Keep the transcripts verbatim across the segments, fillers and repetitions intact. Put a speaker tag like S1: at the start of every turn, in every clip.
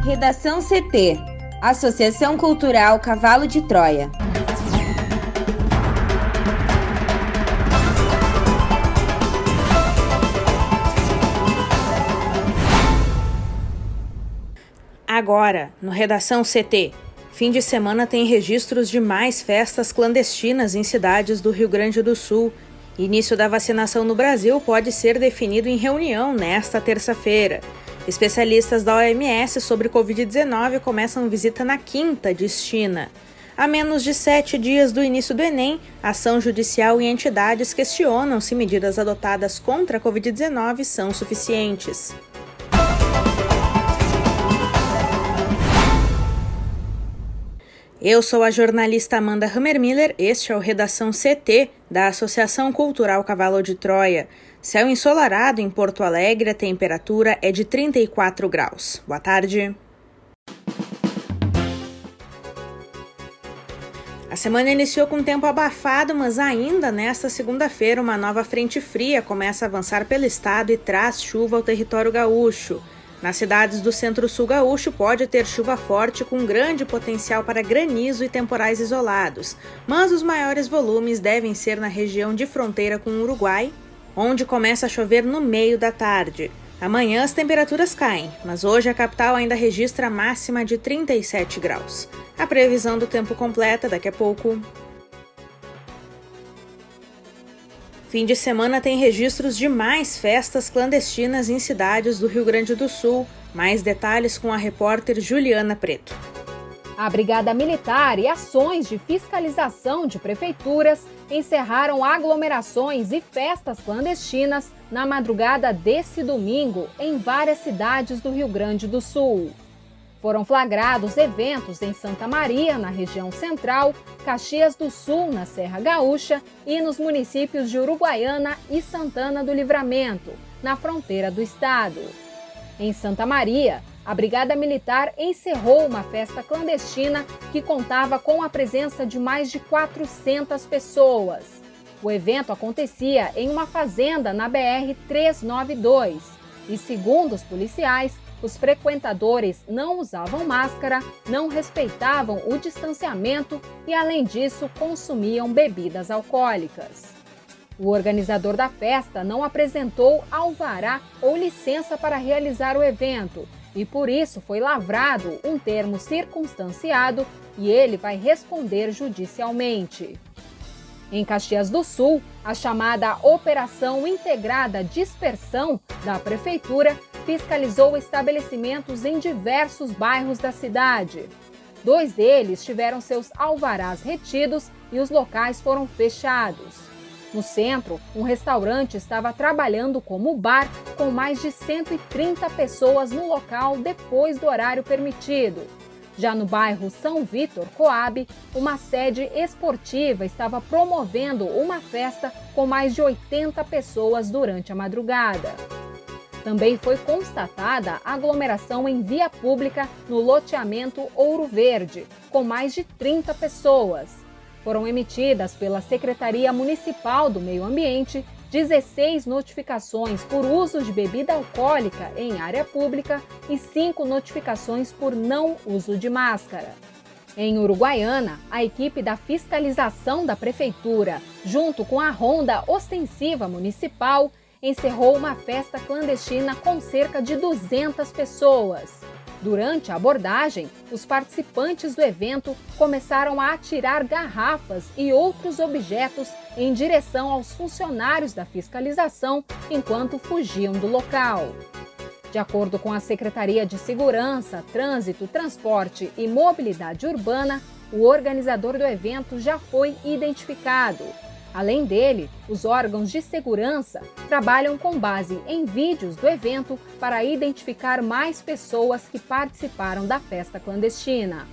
S1: Redação C T, Associação Cultural Cavalo de Troia.
S2: Agora, no Redação C T, fim de semana tem registros de mais festas clandestinas em cidades do Rio Grande do Sul. Início da vacinação no Brasil pode ser definido em reunião nesta terça-feira. Especialistas da O M S sobre covid dezenove começam visita na quinta destina. A menos de sete dias do início do Enem, ação judicial e entidades questionam se medidas adotadas contra a covid dezenove são suficientes. Eu sou a jornalista Amanda Hammermiller, este é o Redação C T da Associação Cultural Cavalo de Troia. Céu ensolarado em Porto Alegre, a temperatura é de trinta e quatro graus. Boa tarde. A semana iniciou com tempo abafado, mas ainda nesta segunda-feira uma nova frente fria começa a avançar pelo estado e traz chuva ao território gaúcho. Nas cidades do centro-sul gaúcho pode ter chuva forte com grande potencial para granizo e temporais isolados, mas os maiores volumes devem ser na região de fronteira com o Uruguai, onde começa a chover no meio da tarde. Amanhã as temperaturas caem, mas hoje a capital ainda registra a máxima de trinta e sete graus. A previsão do tempo completa daqui a pouco. Fim de semana tem registros de mais festas clandestinas em cidades do Rio Grande do Sul. Mais detalhes com a repórter Juliana Preto.
S3: A Brigada Militar e ações de fiscalização de prefeituras encerraram aglomerações e festas clandestinas na madrugada desse domingo em várias cidades do Rio Grande do Sul. Foram flagrados eventos em Santa Maria, na região central, Caxias do Sul, na Serra Gaúcha, e nos municípios de Uruguaiana e Santana do Livramento, na fronteira do estado. Em Santa Maria, a Brigada Militar encerrou uma festa clandestina que contava com a presença de mais de quatrocentas pessoas. O evento acontecia em uma fazenda na B R trezentos e noventa e dois e, segundo os policiais, os frequentadores não usavam máscara, não respeitavam o distanciamento e, além disso, consumiam bebidas alcoólicas. O organizador da festa não apresentou alvará ou licença para realizar o evento e, por isso, foi lavrado um termo circunstanciado e ele vai responder judicialmente. Em Caxias do Sul, a chamada Operação Integrada Dispersão da Prefeitura fiscalizou estabelecimentos em diversos bairros da cidade. Dois deles tiveram seus alvarás retidos e os locais foram fechados. No centro, um restaurante estava trabalhando como bar com mais de cento e trinta pessoas no local depois do horário permitido. Já no bairro São Vítor, Coab, uma sede esportiva estava promovendo uma festa com mais de oitenta pessoas durante a madrugada. Também foi constatada aglomeração em via pública no loteamento Ouro Verde, com mais de trinta pessoas. Foram emitidas pela Secretaria Municipal do Meio Ambiente dezesseis notificações por uso de bebida alcoólica em área pública e cinco notificações por não uso de máscara. Em Uruguaiana, a equipe da fiscalização da Prefeitura, junto com a Ronda Ostensiva Municipal, encerrou uma festa clandestina com cerca de duzentas pessoas. Durante a abordagem, os participantes do evento começaram a atirar garrafas e outros objetos em direção aos funcionários da fiscalização enquanto fugiam do local. De acordo com a Secretaria de Segurança, Trânsito, Transporte e Mobilidade Urbana, o organizador do evento já foi identificado. Além dele, os órgãos de segurança trabalham com base em vídeos do evento para identificar mais pessoas que participaram da festa clandestina.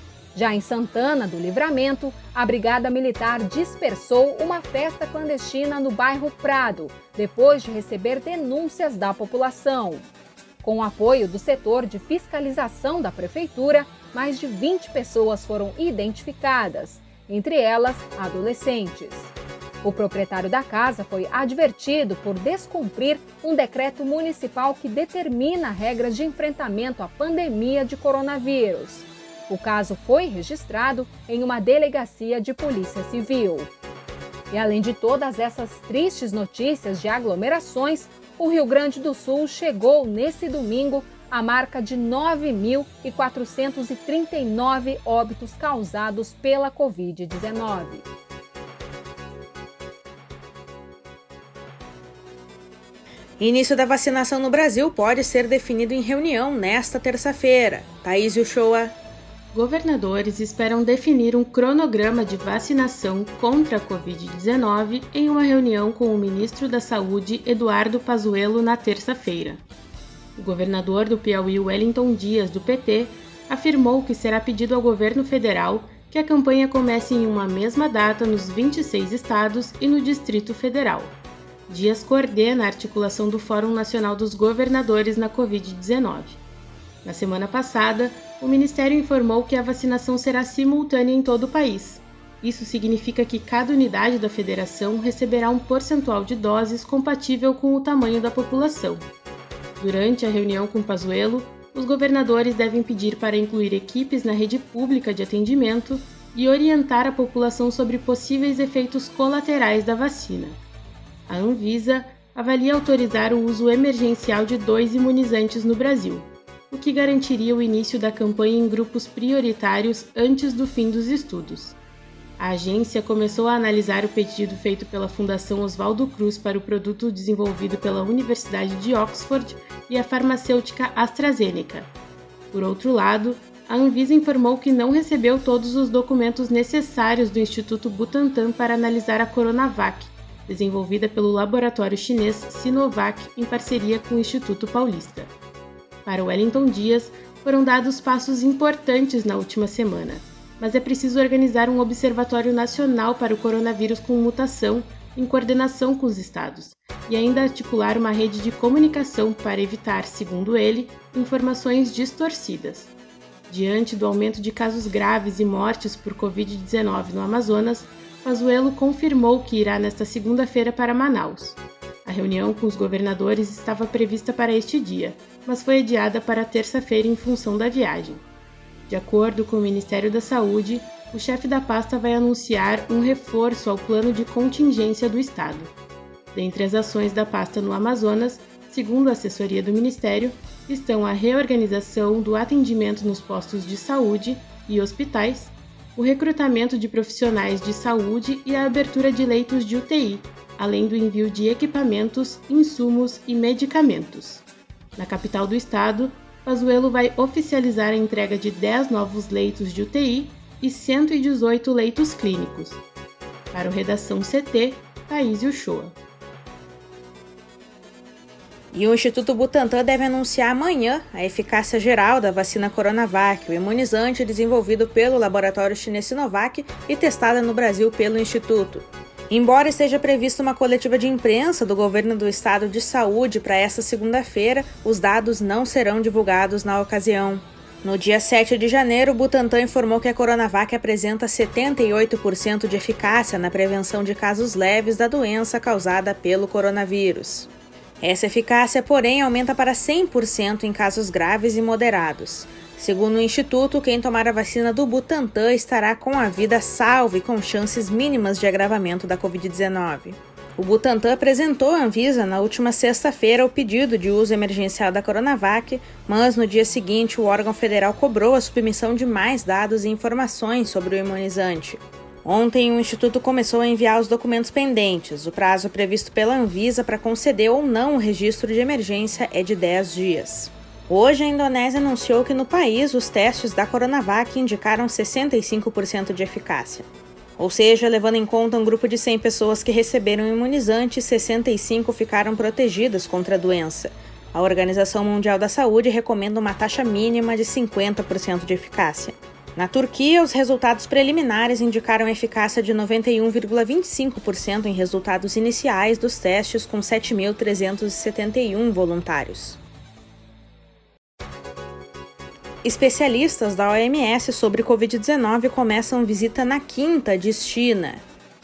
S3: Já em Santana do Livramento, a Brigada Militar dispersou uma festa clandestina no bairro Prado, depois de receber denúncias da população. Com o apoio do setor de fiscalização da Prefeitura, mais de vinte pessoas foram identificadas, entre elas adolescentes. O proprietário da casa foi advertido por descumprir um decreto municipal que determina regras de enfrentamento à pandemia de coronavírus. O caso foi registrado em uma delegacia de polícia civil. E além de todas essas tristes notícias de aglomerações, o Rio Grande do Sul chegou nesse domingo à marca de nove mil quatrocentos e trinta e nove óbitos causados pela covid dezenove.
S2: Início da vacinação no Brasil pode ser definido em reunião nesta terça-feira. Thaís Uchoa.
S4: Governadores esperam definir um cronograma de vacinação contra a covid dezenove em uma reunião com o ministro da Saúde, Eduardo Pazuello, na terça-feira. O governador do Piauí, Wellington Dias, do P T, afirmou que será pedido ao governo federal que a campanha comece em uma mesma data nos vinte e seis estados e no Distrito Federal. Dias coordena a articulação do Fórum Nacional dos Governadores na covid dezenove. Na semana passada, o Ministério informou que a vacinação será simultânea em todo o país. Isso significa que cada unidade da federação receberá um percentual de doses compatível com o tamanho da população. Durante a reunião com Pazuello, os governadores devem pedir para incluir equipes na rede pública de atendimento e orientar a população sobre possíveis efeitos colaterais da vacina. A Anvisa avalia autorizar o uso emergencial de dois imunizantes no Brasil, o que garantiria o início da campanha em grupos prioritários antes do fim dos estudos. A agência começou a analisar o pedido feito pela Fundação Oswaldo Cruz para o produto desenvolvido pela Universidade de Oxford e a farmacêutica AstraZeneca. Por outro lado, a Anvisa informou que não recebeu todos os documentos necessários do Instituto Butantan para analisar a Coronavac, desenvolvida pelo laboratório chinês Sinovac em parceria com o Instituto Paulista. Para Wellington Dias, foram dados passos importantes na última semana, mas é preciso organizar um observatório nacional para o coronavírus com mutação, em coordenação com os estados, e ainda articular uma rede de comunicação para evitar, segundo ele, informações distorcidas. Diante do aumento de casos graves e mortes por covid dezenove no Amazonas, Pazuello confirmou que irá nesta segunda-feira para Manaus. A reunião com os governadores estava prevista para este dia, mas foi adiada para terça-feira em função da viagem. De acordo com o Ministério da Saúde, o chefe da pasta vai anunciar um reforço ao plano de contingência do Estado. Dentre as ações da pasta no Amazonas, segundo a assessoria do Ministério, estão a reorganização do atendimento nos postos de saúde e hospitais, o recrutamento de profissionais de saúde e a abertura de leitos de U T I, além do envio de equipamentos, insumos e medicamentos. Na capital do estado, Pazuello vai oficializar a entrega de dez novos leitos de U T I e cento e dezoito leitos clínicos. Para o Redação C T, Thaís Uchoa.
S2: E o Instituto Butantan deve anunciar amanhã a eficácia geral da vacina Coronavac, o imunizante desenvolvido pelo laboratório chinês Sinovac e testada no Brasil pelo Instituto. Embora esteja prevista uma coletiva de imprensa do governo do estado de saúde para esta segunda-feira, os dados não serão divulgados na ocasião. No dia sete de janeiro, o Butantan informou que a Coronavac apresenta setenta e oito por cento de eficácia na prevenção de casos leves da doença causada pelo coronavírus. Essa eficácia, porém, aumenta para cem por cento em casos graves e moderados. Segundo o Instituto, quem tomar a vacina do Butantan estará com a vida salva e com chances mínimas de agravamento da covid dezenove. O Butantan apresentou à Anvisa na última sexta-feira o pedido de uso emergencial da Coronavac, mas no dia seguinte o órgão federal cobrou a submissão de mais dados e informações sobre o imunizante. Ontem, o Instituto começou a enviar os documentos pendentes. O prazo previsto pela Anvisa para conceder ou não o registro de emergência é de dez dias. Hoje, a Indonésia anunciou que no país os testes da Coronavac indicaram sessenta e cinco por cento de eficácia. Ou seja, levando em conta um grupo de cem pessoas que receberam o imunizante, sessenta e cinco ficaram protegidas contra a doença. A Organização Mundial da Saúde recomenda uma taxa mínima de cinquenta por cento de eficácia. Na Turquia, os resultados preliminares indicaram eficácia de noventa e um vírgula vinte e cinco por cento em resultados iniciais dos testes com sete mil trezentos e setenta e um voluntários. Especialistas da O M S sobre covid dezenove começam visita na quinta de China.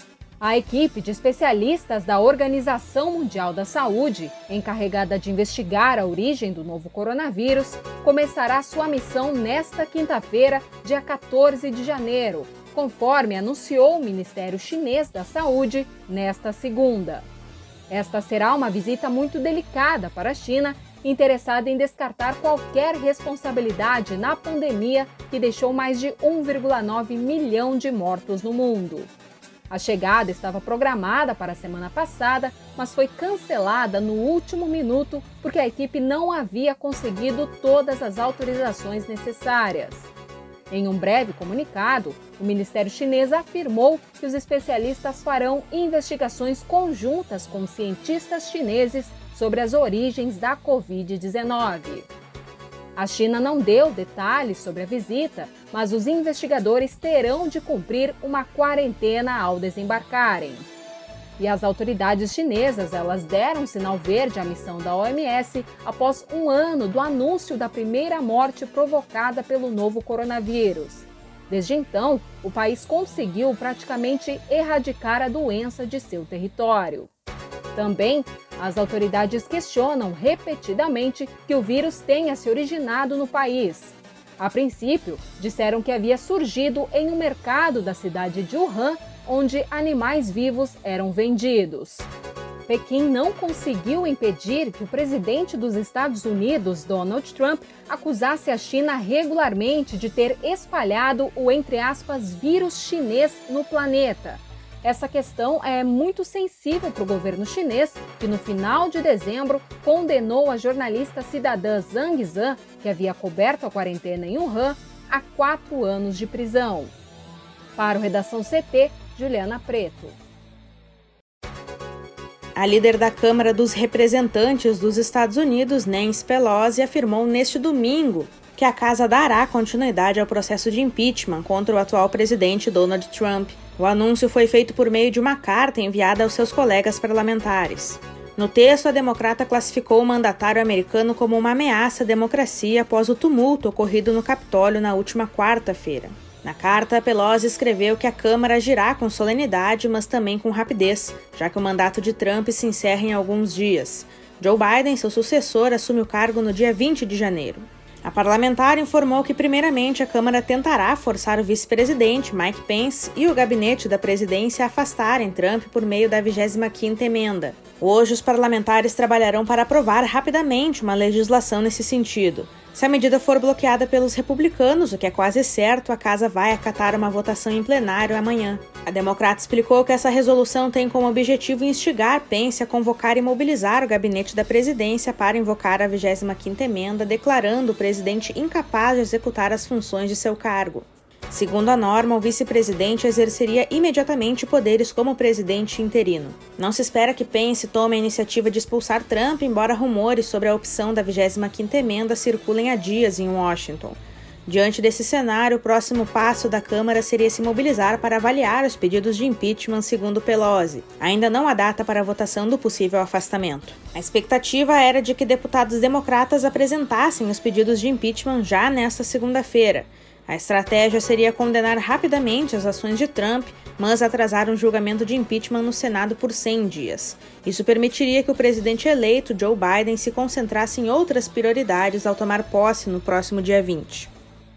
S3: A equipe de especialistas da Organização Mundial da Saúde, encarregada de investigar a origem do novo coronavírus, começará sua missão nesta quinta-feira, dia quatorze de janeiro, conforme anunciou o Ministério Chinês da Saúde nesta segunda. Esta será uma visita muito delicada para a China, interessada em descartar qualquer responsabilidade na pandemia que deixou mais de um vírgula nove milhão de mortos no mundo. A chegada estava programada para a semana passada, mas foi cancelada no último minuto porque a equipe não havia conseguido todas as autorizações necessárias. Em um breve comunicado, o Ministério Chinês afirmou que os especialistas farão investigações conjuntas com cientistas chineses sobre as origens da covid dezenove. A China não deu detalhes sobre a visita, mas os investigadores terão de cumprir uma quarentena ao desembarcarem. E as autoridades chinesas, elas deram sinal verde à missão da O M S após um ano do anúncio da primeira morte provocada pelo novo coronavírus. Desde então, o país conseguiu praticamente erradicar a doença de seu território. Também, as autoridades questionam repetidamente que o vírus tenha se originado no país. A princípio, disseram que havia surgido em um mercado da cidade de Wuhan, onde animais vivos eram vendidos. Pequim não conseguiu impedir que o presidente dos Estados Unidos, Donald Trump, acusasse a China regularmente de ter espalhado o, entre aspas, vírus chinês no planeta. Essa questão é muito sensível para o governo chinês, que no final de dezembro condenou a jornalista cidadã Zhang Zhan, que havia coberto a quarentena em Wuhan, a quatro anos de prisão. Para o Redação C T, Juliana Preto.
S2: A líder da Câmara dos Representantes dos Estados Unidos, Nancy Pelosi, afirmou neste domingo que a casa dará continuidade ao processo de impeachment contra o atual presidente Donald Trump. O anúncio foi feito por meio de uma carta enviada aos seus colegas parlamentares. No texto, a democrata classificou o mandatário americano como uma ameaça à democracia após o tumulto ocorrido no Capitólio na última quarta-feira. Na carta, Pelosi escreveu que a Câmara agirá com solenidade, mas também com rapidez, já que o mandato de Trump se encerra em alguns dias. Joe Biden, seu sucessor, assume o cargo no dia vinte de janeiro. A parlamentar informou que, primeiramente, a Câmara tentará forçar o vice-presidente, Mike Pence, e o gabinete da presidência a afastarem Trump por meio da vigésima quinta emenda. Hoje, os parlamentares trabalharão para aprovar rapidamente uma legislação nesse sentido. Se a medida for bloqueada pelos republicanos, o que é quase certo, a casa vai acatar uma votação em plenário amanhã. A democrata explicou que essa resolução tem como objetivo instigar Pence a convocar e mobilizar o gabinete da presidência para invocar a vigésima quinta emenda, declarando o presidente incapaz de executar as funções de seu cargo. Segundo a norma, o vice-presidente exerceria imediatamente poderes como presidente interino. Não se espera que Pence tome a iniciativa de expulsar Trump, embora rumores sobre a opção da vigésima quinta emenda circulem há dias em Washington. Diante desse cenário, o próximo passo da Câmara seria se mobilizar para avaliar os pedidos de impeachment, segundo Pelosi. Ainda não há data para a votação do possível afastamento. A expectativa era de que deputados democratas apresentassem os pedidos de impeachment já nesta segunda-feira. A estratégia seria condenar rapidamente as ações de Trump, mas atrasar um julgamento de impeachment no Senado por cem dias. Isso permitiria que o presidente eleito, Joe Biden, se concentrasse em outras prioridades ao tomar posse no próximo dia vinte.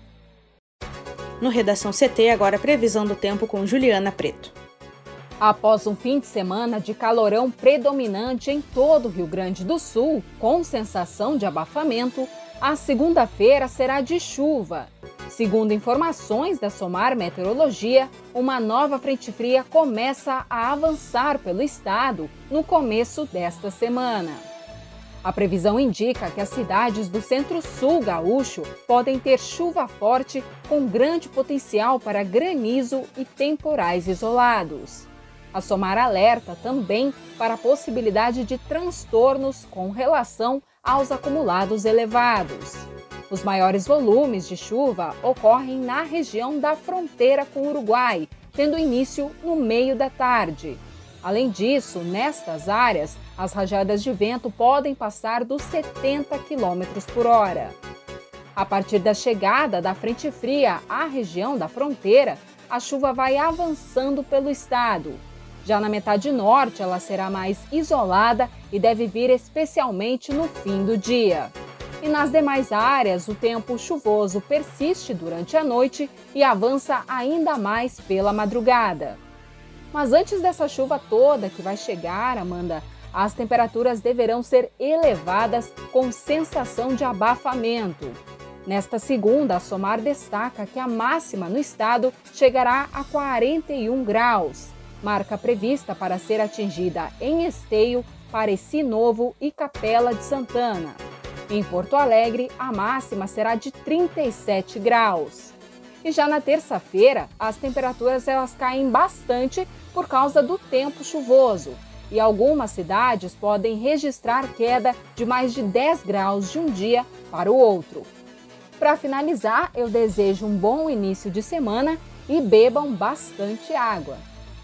S2: No Redação C T, agora a previsão do tempo com Juliana Preto.
S3: Após um fim de semana de calorão predominante em todo o Rio Grande do Sul, com sensação de abafamento, a segunda-feira será de chuva. Segundo informações da SOMAR Meteorologia, uma nova frente fria começa a avançar pelo estado no começo desta semana. A previsão indica que as cidades do centro-sul gaúcho podem ter chuva forte com grande potencial para granizo e temporais isolados. A SOMAR alerta também para a possibilidade de transtornos com relação aos acumulados elevados. Os maiores volumes de chuva ocorrem na região da fronteira com o Uruguai, tendo início no meio da tarde. Além disso, nestas áreas, as rajadas de vento podem passar dos setenta quilômetros por hora. A partir da chegada da frente fria à região da fronteira, a chuva vai avançando pelo estado. Já na metade norte, ela será mais isolada e deve vir especialmente no fim do dia. E nas demais áreas, o tempo chuvoso persiste durante a noite e avança ainda mais pela madrugada. Mas antes dessa chuva toda que vai chegar, Amanda, as temperaturas deverão ser elevadas com sensação de abafamento. Nesta segunda, a SOMAR destaca que a máxima no estado chegará a quarenta e um graus. Marca prevista para ser atingida em Esteio, Pareci Novo e Capela de Santana. Em Porto Alegre, a máxima será de trinta e sete graus. E já na terça-feira, as temperaturas elas caem bastante por causa do tempo chuvoso. E algumas cidades podem registrar queda de mais de dez graus de um dia para o outro. Para finalizar, eu desejo um bom início de semana e bebam bastante água.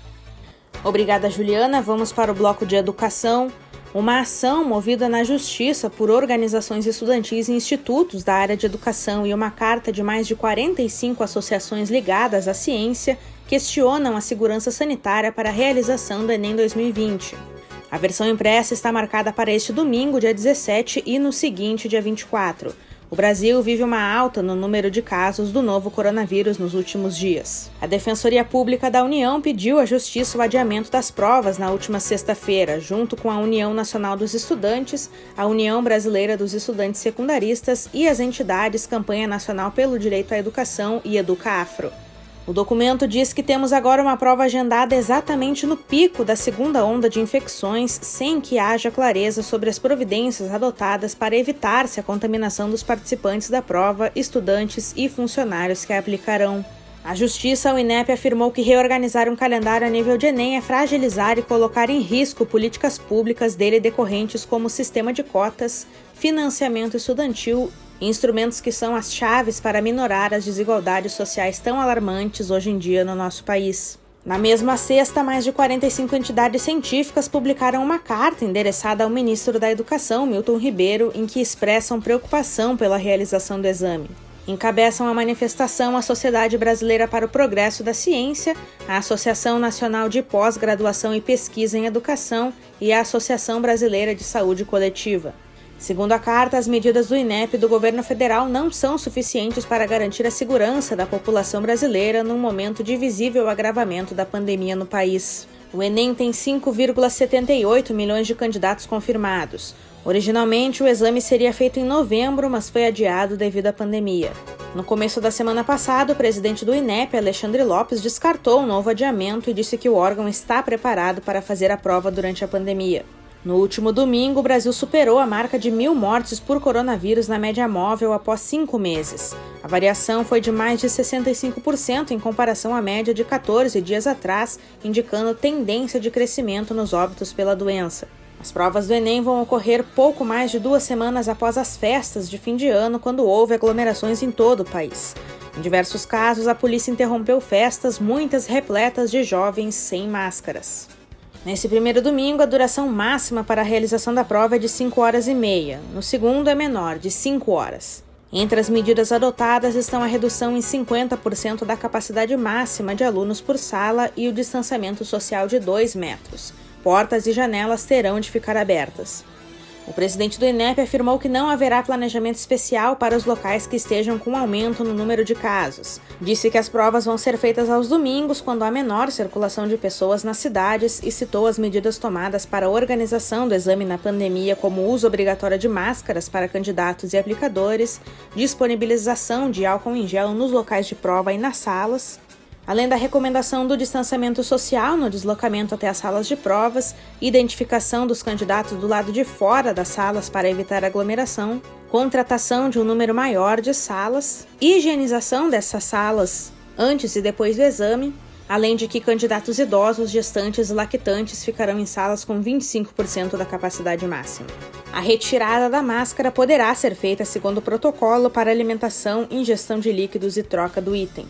S2: Obrigada, Juliana. Vamos para o bloco de educação. Uma ação movida na Justiça por organizações estudantis e institutos da área de educação e uma carta de mais de quarenta e cinco associações ligadas à ciência questionam a segurança sanitária para a realização do Enem dois mil e vinte. A versão impressa está marcada para este domingo, dia dezessete, e no seguinte, dia vinte e quatro. O Brasil vive uma alta no número de casos do novo coronavírus nos últimos dias. A Defensoria Pública da União pediu à Justiça o adiamento das provas na última sexta-feira, junto com a União Nacional dos Estudantes, a União Brasileira dos Estudantes Secundaristas e as entidades Campanha Nacional pelo Direito à Educação e EducaAfro. O documento diz que temos agora uma prova agendada exatamente no pico da segunda onda de infecções, sem que haja clareza sobre as providências adotadas para evitar-se a contaminação dos participantes da prova, estudantes e funcionários que a aplicarão. A Justiça, o INEP, afirmou que reorganizar um calendário a nível de Enem é fragilizar e colocar em risco políticas públicas dele decorrentes como sistema de cotas, financiamento estudantil, instrumentos que são as chaves para minorar as desigualdades sociais tão alarmantes hoje em dia no nosso país. Na mesma sexta, mais de quarenta e cinco entidades científicas publicaram uma carta endereçada ao ministro da Educação, Milton Ribeiro, em que expressam preocupação pela realização do exame. Encabeçam a manifestação a Sociedade Brasileira para o Progresso da Ciência, a Associação Nacional de Pós-Graduação e Pesquisa em Educação e a Associação Brasileira de Saúde Coletiva. Segundo a carta, as medidas do INEP e do governo federal não são suficientes para garantir a segurança da população brasileira num momento de visível agravamento da pandemia no país. O Enem tem cinco vírgula setenta e oito milhões de candidatos confirmados. Originalmente, o exame seria feito em novembro, mas foi adiado devido à pandemia. No começo da semana passada, o presidente do INEP, Alexandre Lopes, descartou um novo adiamento e disse que o órgão está preparado para fazer a prova durante a pandemia. No último domingo, o Brasil superou a marca de mil mortes por coronavírus na média móvel após cinco meses. A variação foi de mais de sessenta e cinco por cento em comparação à média de quatorze dias atrás, indicando tendência de crescimento nos óbitos pela doença. As provas do Enem vão ocorrer pouco mais de duas semanas após as festas de fim de ano, quando houve aglomerações em todo o país. Em diversos casos, a polícia interrompeu festas, muitas repletas de jovens sem máscaras. Nesse primeiro domingo, a duração máxima para a realização da prova é de cinco horas e meia. No segundo é menor, de cinco horas. Entre as medidas adotadas estão a redução em cinquenta por cento da capacidade máxima de alunos por sala e o distanciamento social de dois metros. Portas e janelas terão de ficar abertas. O presidente do INEP afirmou que não haverá planejamento especial para os locais que estejam com aumento no número de casos. Disse que as provas vão ser feitas aos domingos, quando há menor circulação de pessoas nas cidades, e citou as medidas tomadas para a organização do exame na pandemia, como o uso obrigatório de máscaras para candidatos e aplicadores, disponibilização de álcool em gel nos locais de prova e nas salas, além da recomendação do distanciamento social no deslocamento até as salas de provas, identificação dos candidatos do lado de fora das salas para evitar aglomeração, contratação de um número maior de salas, higienização dessas salas antes e depois do exame, além de que candidatos idosos, gestantes e lactantes ficarão em salas com vinte e cinco por cento da capacidade máxima. A retirada da máscara poderá ser feita segundo o protocolo para alimentação, ingestão de líquidos e troca do item.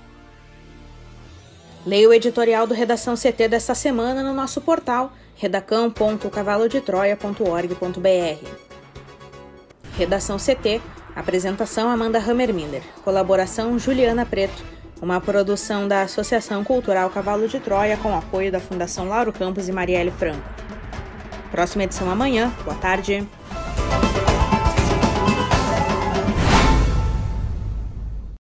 S2: Leia o editorial do Redação C T desta semana no nosso portal redacão ponto cavalo de troia ponto org ponto br. Redação C T, apresentação Amanda Hammermiller, colaboração Juliana Preto, Uma produção da Associação Cultural Cavalo de Troia com apoio da Fundação Lauro Campos e Marielle Franco. Próxima edição amanhã. Boa tarde.